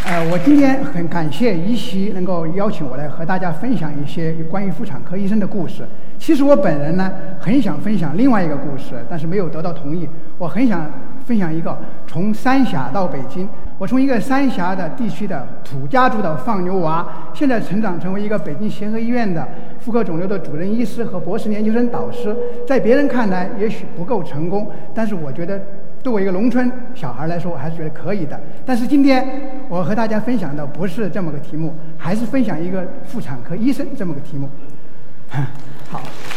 我今天很感谢一席能够邀请我来和大家分享一些关于妇产科医生的故事。其实我本人呢，很想分享另外一个故事，但是没有得到同意。我很想分享一个从三峡到北京，我从一个三峡的地区的土家族的放牛娃，现在成长成为一个北京协和医院的妇科肿瘤的主任医师和博士研究生导师。在别人看来也许不够成功，但是我觉得对我一个农村小孩来说，我还是觉得可以的。但是今天我和大家分享的不是这么个题目，还是分享一个妇产科医生这么个题目。好，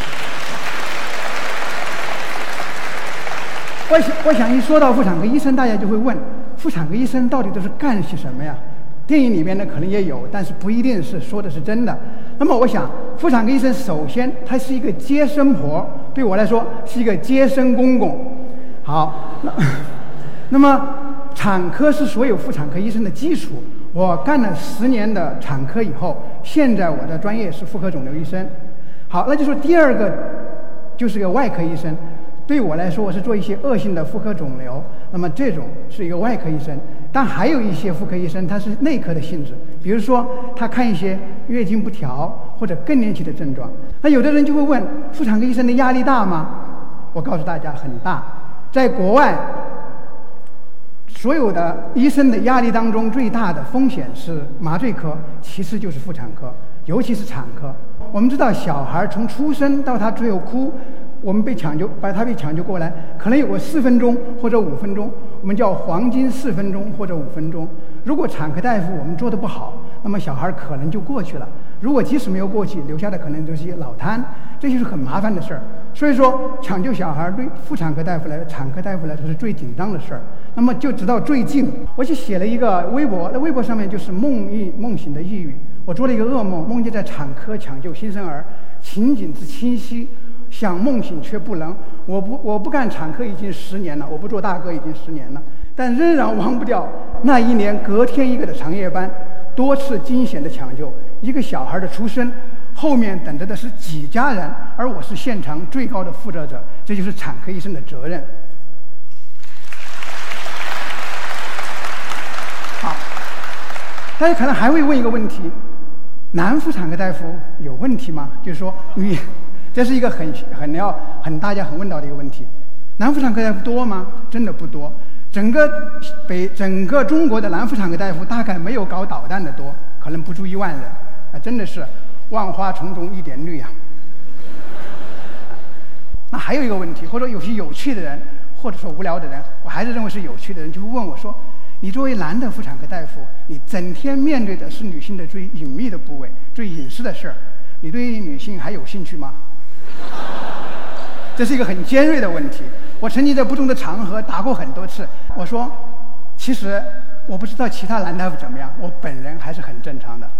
我想一说到妇产科医生，大家就会问，妇产科医生到底都是干些什么呀？电影里面呢可能也有，但是不一定是说的是真的。那么我想，妇产科医生首先他是一个接生婆，对我来说是一个接生公公。好，那么产科是所有妇产科医生的基础。我干了10年的产科以后，现在我的专业是妇科肿瘤医生。好，那就说第二个就是个外科医生。对我来说，我是做一些恶性的妇科肿瘤，那么这种是一个外科医生。但还有一些妇科医生，他是内科的性质，比如说他看一些月经不调或者更年期的症状。那有的人就会问，妇产科医生的压力大吗？我告诉大家，很大。在国外，所有的医生的压力当中，最大的风险是麻醉科，其次就是妇产科，尤其是产科。我们知道，小孩从出生到他最后哭，我们把他被抢救过来，可能有个4分钟或者5分钟，我们叫黄金4分钟或者5分钟。如果产科大夫我们做得不好，那么小孩可能就过去了。如果即使没有过去，留下的可能就是一些脑瘫，这就是很麻烦的事儿。所以说，抢救小孩对妇产科大夫来、产科大夫来说是最紧张的事儿。那么就直到最近，我就写了一个微博，那微博上面就是梦醒的抑郁。我做了一个噩梦，梦见在产科抢救新生儿，情景之清晰，想梦醒却不能。我不干产科已经10年了，我不做大哥已经10年了，但仍然忘不掉那一年隔天一个的长夜班，多次惊险的抢救，一个小孩的出生，后面等着的是几家人，而我是现场最高的负责者，这就是产科医生的责任。好，大家可能还会问一个问题：男妇产科大夫有问题吗？就是说这是一个大家很问到的一个问题。男妇产科大夫多吗？真的不多。整个中国的男妇产科大夫大概没有搞导弹的多，可能不足1万人啊，真的是万花丛中一点绿啊。那还有一个问题，或者有些有趣的人，或者说无聊的人，我还是认为是有趣的人，就会问我说：你作为男的妇产科大夫，你整天面对的是女性的最隐秘的部位、最隐私的事儿，你对女性还有兴趣吗？这是一个很尖锐的问题。我曾经在不同的场合答过很多次。我说，其实我不知道其他男大夫怎么样，我本人还是很正常的。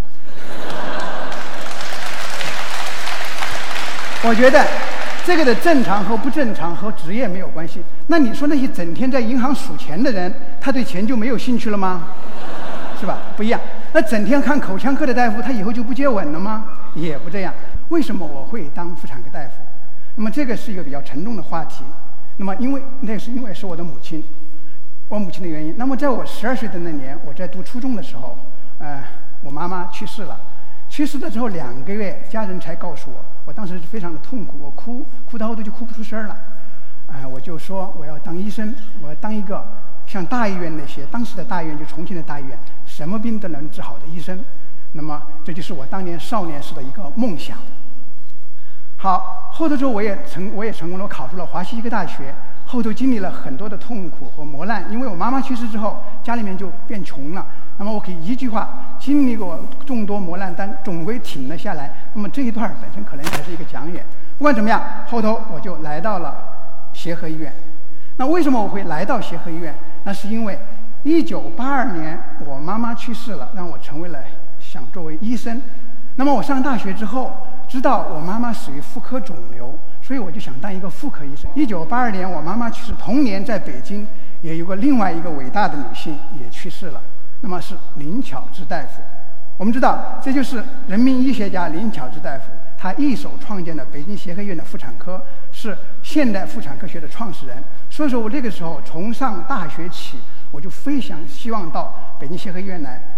我觉得这个的正常和不正常和职业没有关系。那你说那些整天在银行数钱的人，他对钱就没有兴趣了吗？是吧？不一样。那整天看口腔科的大夫，他以后就不接吻了吗？也不这样。为什么我会当妇产科大夫？那么这个是一个比较沉重的话题。那么那是因为是我的母亲，我母亲的原因。那么在我12岁的那年，我在读初中的时候，我妈妈去世了。去世了之后2个月，家人才告诉我，我当时非常的痛苦，我哭到后头就哭不出声了。我就说我要当医生，我要当一个像大医院那些当时的大医院，就重庆的大医院，什么病都能治好的医生。那么这就是我当年少年时的一个梦想。好，后头之后我也成功了，我考入了华西医科大学。后头经历了很多的痛苦和磨难，因为我妈妈去世之后，家里面就变穷了。那么我可以一句话，经历过众多磨难，但总归挺了下来。那么这一段本身可能才是一个讲演。不管怎么样，后头我就来到了协和医院。那为什么我会来到协和医院？那是因为1982年我妈妈去世了，让我成为了想作为医生。那么我上大学之后，知道我妈妈死于妇科肿瘤，所以我就想当一个妇科医生。1982年我妈妈去世，同年在北京也有个另外一个伟大的女性也去世了，那么是林巧稚大夫。我们知道，这就是人民医学家林巧稚大夫，他一手创建了北京协和医院的妇产科，是现代妇产科学的创始人。所以说我这个时候从上大学起，我就非常希望到北京协和医院来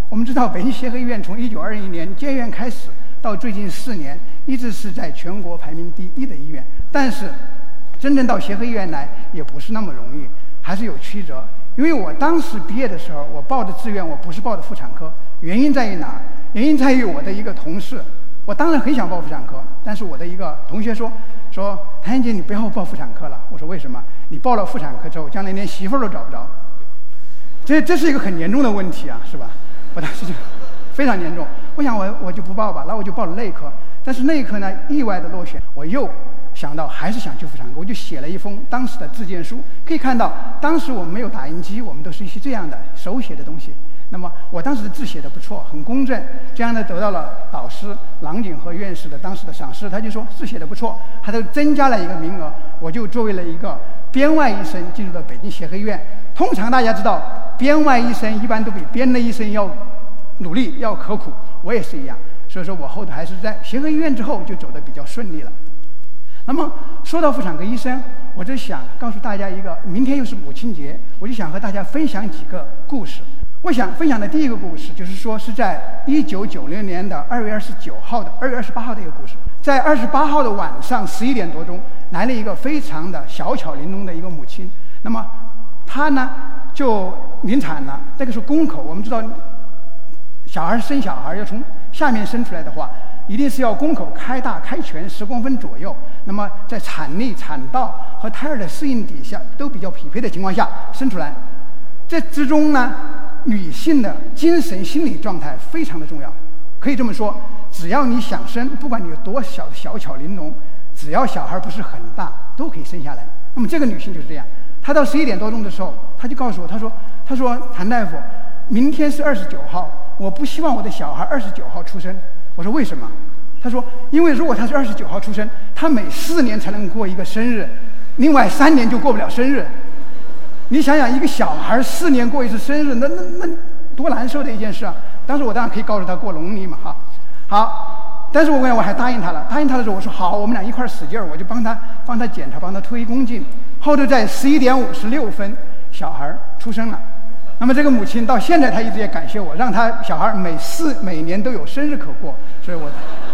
我们知道北京协和医院从1921年建院开始到最近4年，一直是在全国排名第1的医院。但是，真正到协和医院来也不是那么容易，还是有曲折。因为我当时毕业的时候，我报的志愿我不是报的妇产科，原因在于哪儿？原因在于我的一个同事，我当然很想报妇产科，但是我的一个同学说谭燕杰，你不要报妇产科了。我说为什么？你报了妇产科之后，将来连媳妇儿都找不着。这是一个很严重的问题啊，是吧？我当时就非常严重，我想我就不报吧，那我就报了内科。但是内科呢，意外的落选，我又想到还是想去妇产科，我就写了一封当时的自荐书。可以看到，当时我们没有打印机，我们都是一些这样的手写的东西。那么我当时的字写得不错，很公正，这样呢得到了导师郎景和院士的当时的赏识，他就说字写得不错，他都增加了一个名额，我就作为了一个编外医生进入了北京协和医院。通常大家知道，编外医生一般都比编内医生要努力，要刻苦，我也是一样。所以说我后头还是在协和医院之后就走得比较顺利了。那么说到妇产科医生，我就想告诉大家一个，明天又是母亲节，我就想和大家分享几个故事。我想分享的第一个故事，就是说是在1990年的2月28号的一个故事。在28号的晚上11点多钟，来了一个非常的小巧玲珑的一个母亲。那么她呢就临产了，那个是宫口。我们知道，生小孩要从下面生出来的话，一定是要宫口开大开全10公分左右。那么在产力、产道和胎儿的适应底下都比较匹配的情况下生出来。这之中呢，女性的精神心理状态非常的重要。可以这么说，只要你想生，不管你有多小巧玲珑，只要小孩不是很大，都可以生下来。那么这个女性就是这样，她到11点多钟的时候，她就告诉我，她说谭大夫，明天是29号，我不希望我的小孩29号出生。我说为什么？她说因为如果他是29号出生，他每4年才能过一个生日，另外3年就过不了生日。你想想，一个小孩4年过一次生日，那多难受的一件事啊！当时我当然可以告诉他过农历嘛，哈，好，但是我还答应他了。答应他的时候，我说好，我们俩一块儿使劲儿，我就帮他检查，帮他推宫颈。后头在11点56分，小孩出生了。那么这个母亲到现在她一直也感谢我，让她小孩每年都有生日可过，所以我。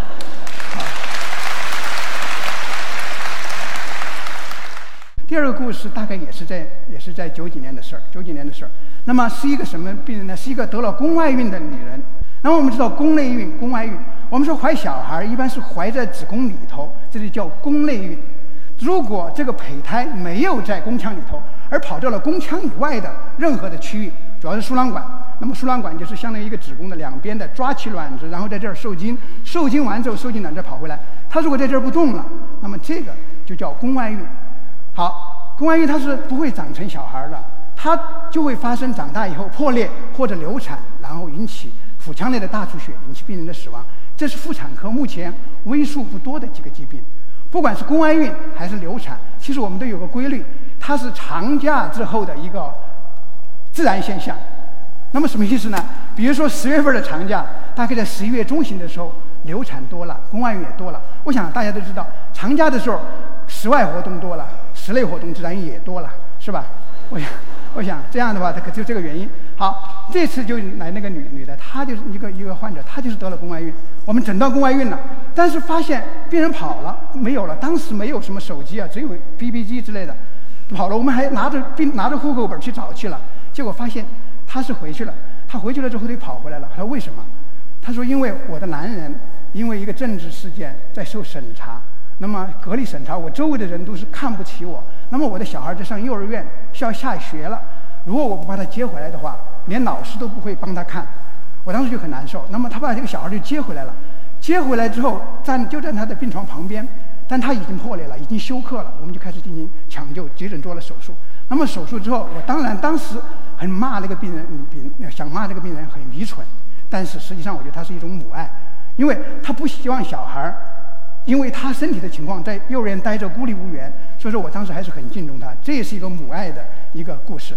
第二个故事大概也是在90几年的事儿。那么是一个什么病人呢？是一个得了宫外孕的女人。那么我们知道宫内孕、宫外孕，我们说怀小孩一般是怀在子宫里头，这就叫宫内孕。如果这个胚胎没有在宫腔里头，而跑到了宫腔以外的任何的区域，主要是输卵管。那么输卵管就是相当于一个子宫的两边的抓起卵子，然后在这儿受精，受精完之后受精卵再跑回来。它如果在这儿不动了，那么这个就叫宫外孕。好，宫外孕它是不会长成小孩的，它就会发生长大以后破裂或者流产，然后引起腹腔内的大出血，引起病人的死亡。这是妇产科目前为数不多的几个疾病。不管是宫外孕还是流产，其实我们都有个规律，它是长假之后的一个自然现象。那么什么意思呢？比如说10月份的长假，大概在11月中旬的时候，流产多了，宫外孕也多了。我想大家都知道，长假的时候室外活动多了，室内活动自然也多了，是吧？我想这样的话，它可就这个原因。好，这次就来那个女的，她就是一个患者，她就是得了宫外孕。我们诊断宫外孕了，但是发现病人跑了，没有了。当时没有什么手机啊，只有 BB 机之类的，跑了。我们还拿着户口本去找去了，结果发现她是回去了。她回去了之后，就跑回来了。她说为什么？她说因为我的男人因为一个政治事件在受审查。那么隔离审查，我周围的人都是看不起我。那么我的小孩在上幼儿园，需要下学了。如果我不把他接回来的话，连老师都不会帮他看。我当时就很难受。那么他把这个小孩就接回来了。接回来之后，就在他的病床旁边，但他已经破裂了，已经休克了。我们就开始进行抢救，急诊做了手术。那么手术之后，我当时很骂那个病人，想骂这个病人很愚蠢。但是实际上，我觉得他是一种母爱，因为他不希望小孩。因为他身体的情况在幼儿园待着孤立无援，所以说我当时还是很敬重他。这也是一个母爱的一个故事。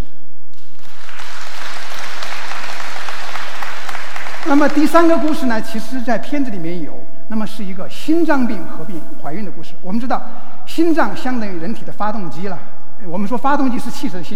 那么第三个故事呢，其实在片子里面有，那么是一个心脏病合并怀孕的故事。我们知道，心脏相当于人体的发动机了。我们说发动机是汽车的心脏，实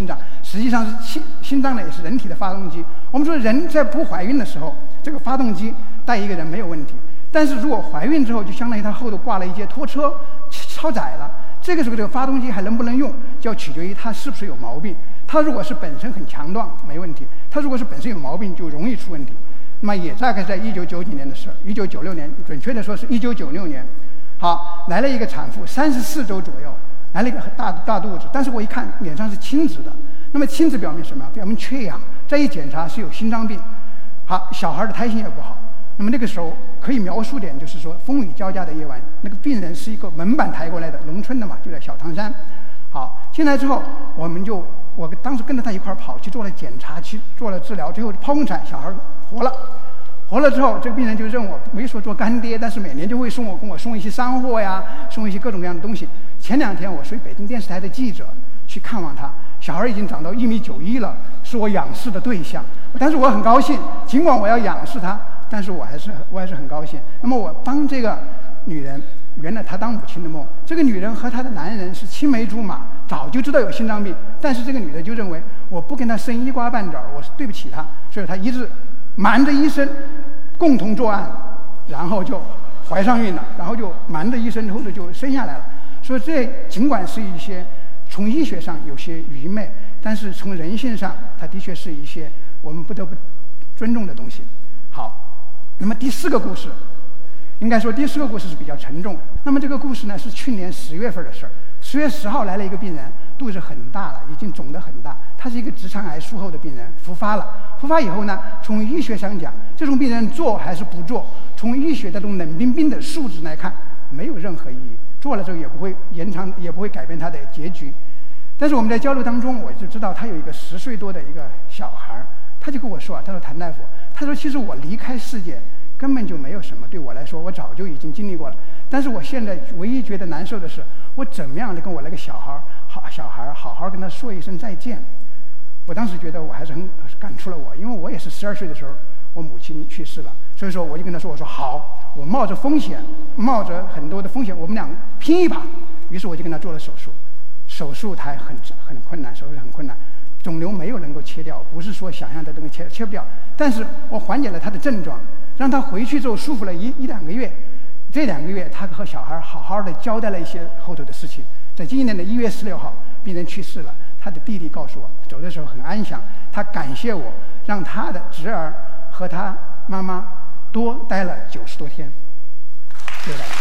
实际上是心脏呢也是人体的发动机。我们说人在不怀孕的时候，这个发动机带一个人没有问题，但是如果怀孕之后，就相当于它后头挂了一节拖车，超载了。这个时候这个发动机还能不能用，就要取决于它是不是有毛病。它如果是本身很强壮，没问题；它如果是本身有毛病，就容易出问题。那么也大概在1990年的事，1996年，准确的说是1996年。好，来了一个产妇，34周左右，来了一个大肚子，但是我一看脸上是青紫的。那么青紫表明什么？表明缺氧。再一检查是有心脏病。好，小孩的胎心也不好。那么那个时候可以描述点，就是说风雨交加的夜晚，那个病人是一个门板抬过来的，农村的嘛，就在小汤山。好，进来之后，我当时跟着他一块儿跑去做了检查，去做了治疗，最后剖宫产，小孩活了。活了之后，这个病人就认我没说做干爹，但是每年就会跟我送一些山货呀，送一些各种各样的东西。前2天我随北京电视台的记者去看望他，小孩已经长到1.91米了，是我仰视的对象。但是我很高兴，尽管我要仰视他，但是我还是很高兴。那么我帮这个女人圆了她当母亲的梦。这个女人和她的男人是青梅竹马，早就知道有心脏病，但是这个女的就认为我不跟她生一瓜半枣，我是对不起她，所以她一直瞒着医生共同作案，然后就怀上孕了，然后就瞒着医生后头就生下来了。所以这尽管是一些从医学上有些愚昧，但是从人性上，它的确是一些我们不得不尊重的东西。好，那么第4个故事，应该说第4个故事是比较沉重。那么这个故事呢是去年10月份的事儿。10月10号来了一个病人，肚子很大了，已经肿得很大。他是一个直肠癌术后的病人，复发了。复发以后呢，从医学上讲，这种病人做还是不做，从医学这种冷冰冰的数字来看，没有任何意义。做了之后也不会延长，也不会改变他的结局。但是我们在交流当中，我就知道他有一个10岁多的一个小孩，他就跟我说他说谭大夫，他说其实我离开世界根本就没有什么，对我来说我早就已经经历过了。但是我现在唯一觉得难受的是，我怎么样的跟我那个小孩好好跟他说一声再见。我当时觉得我还是很感触了我，因为我也是12岁的时候，我母亲去世了，所以说我就跟他说，我说好，我冒着风险，冒着很多的风险，我们俩拼一把。于是我就跟他做了手术，手术台很困难，手术很困难，肿瘤没有能够切掉，不是说想象的那个切不掉，但是我缓解了他的症状，让他回去之后舒服了一两个月。这2个月，他和小孩好好的交代了一些后头的事情。在今年的1月16号，病人去世了。他的弟弟告诉我，走的时候很安详，他感谢我，让他的侄儿和他妈妈多待了90多天。谢谢大家。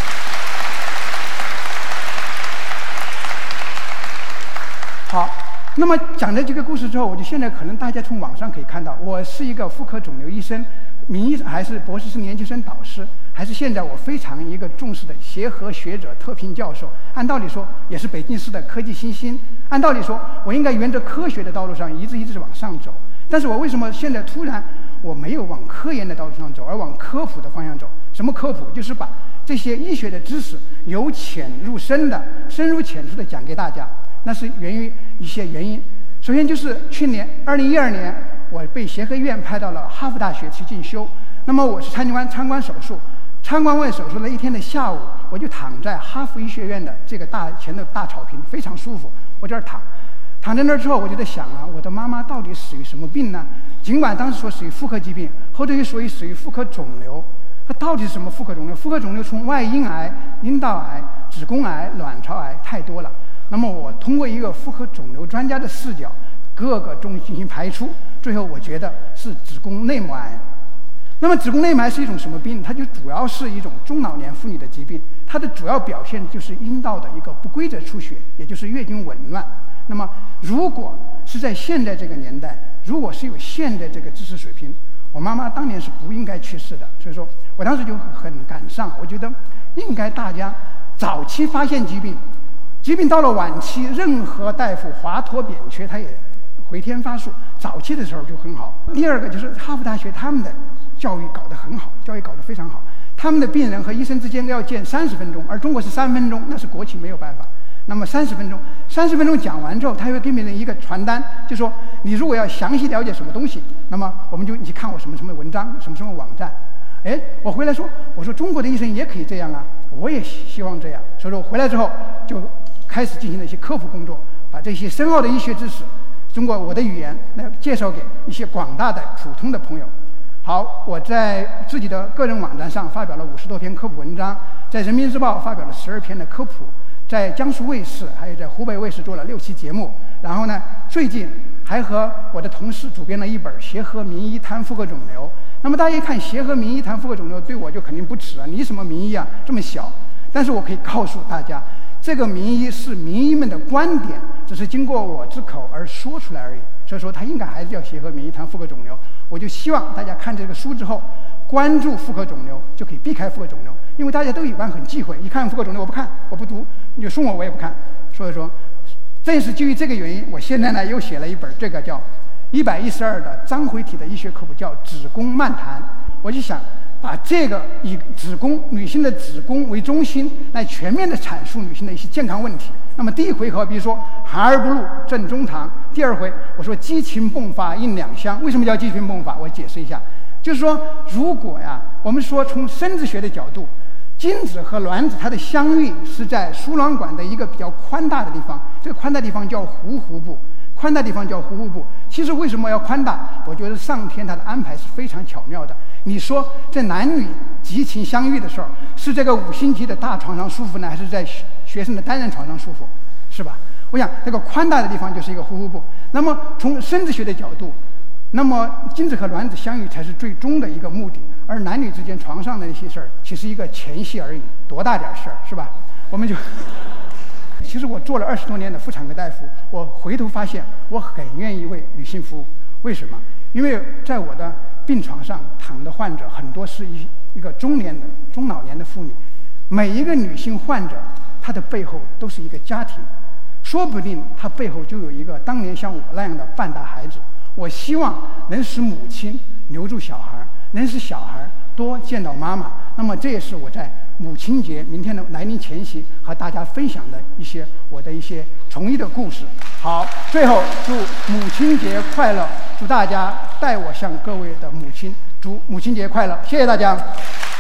好，那么讲了这个故事之后，我就现在可能大家从网上可以看到，我是一个妇科肿瘤医生，名义还是博士生研究生导师，还是现在我非常一个重视的协和学者特聘教授。按道理说，也是北京市的科技新星。按道理说，我应该沿着科学的道路上一直往上走。但是我为什么现在突然我没有往科研的道路上走，而往科普的方向走？什么科普？就是把这些医学的知识由浅入深的、深入浅出的讲给大家。那是源于一些原因。首先就是去年2012年，我被协和医院派到了哈佛大学去进修。那么我是参观手术，参观完手术的一天的下午，我就躺在哈佛医学院的这个前的大草坪，非常舒服。我在这儿躺在那儿之后，我就在想啊，我的妈妈到底属于什么病呢？尽管当时说属于妇科疾病，后头又属于妇科肿瘤。它到底是什么妇科肿瘤？妇科肿瘤从外阴癌、阴道癌、子宫癌、卵巢癌太多了。那么我通过一个妇科肿瘤专家的视角，各个中进行排除，最后我觉得是子宫内膜癌。那么子宫内膜癌是一种什么病？它就主要是一种中老年妇女的疾病，它的主要表现就是阴道的一个不规则出血，也就是月经紊乱。那么如果是在现在这个年代，如果是有现在这个知识水平，我妈妈当年是不应该去世的。所以说我当时就很感伤，我觉得应该大家早期发现疾病，疾病到了晚期，任何大夫华佗扁鹊他也回天乏术，早期的时候就很好。第二个就是哈佛大学他们的教育搞得很好，教育搞得非常好，他们的病人和医生之间要见30分钟，而中国是3分钟，那是国情没有办法。那么30分钟讲完之后，他会给别人一个传单，就说你如果要详细了解什么东西，那么你去看我什么什么文章，什么网站。哎，我回来说，我说中国的医生也可以这样啊，我也希望这样。所以说我回来之后就开始进行了一些科普工作，把这些深奥的医学知识通过我的语言来介绍给一些广大的普通的朋友。好，我在自己的个人网站上发表了50多篇科普文章，在人民日报发表了12篇的科普，在江苏卫视还有在湖北卫视做了6期节目。然后呢，最近还和我的同事主编了一本《协和名医谈妇科肿瘤》。那么大家一看《协和名医谈妇科肿瘤》，对我就肯定不耻啊！你什么名医啊，这么小？但是我可以告诉大家，这个名医是名医们的观点，只是经过我之口而说出来而已。所以说，它应该还是叫《协和名医谈妇科肿瘤》。我就希望大家看这个书之后，关注妇科肿瘤，就可以避开妇科肿瘤。因为大家都一般很忌讳，一看妇科肿瘤我不看，我不读，你就送我也不看。所以说，正是基于这个原因，我现在呢又写了一本这个叫112的章回体的医学科普，叫《子宫漫谈》。我就想把这个以女性的子宫为中心，来全面的阐述女性的一些健康问题。那么第一回合，比如说含而不入正中堂；第二回我说激情迸发应两相。为什么叫激情迸发？我解释一下，就是说如果我们说从生殖学的角度，精子和卵子它的相遇是在输卵管的一个比较宽大的地方，这个宽大地方叫壶部。宽大地方叫壶部。其实为什么要宽大？我觉得上天它的安排是非常巧妙的。你说在男女激情相遇的时候，是这个5星级的大床上舒服呢，还是在学生的单人床上舒服？是吧？我想这个宽大的地方就是一个壶部。那么从生殖学的角度，那么精子和卵子相遇才是最终的一个目的，而男女之间床上的那些事儿，其实一个前戏而已，多大点事儿，是吧？我们就其实我做了20多年的妇产科大夫，我回头发现我很愿意为女性服务。为什么？因为在我的病床上躺的患者很多是一个中老年的妇女，每一个女性患者她的背后都是一个家庭，说不定她背后就有一个当年像我那样的半大孩子。我希望能使母亲留住小孩，能使小孩多见到妈妈。那么这也是我在母亲节明天的来临前夕和大家分享的我的一些从医的故事。好，最后祝母亲节快乐，祝大家代我向各位的母亲祝母亲节快乐，谢谢大家。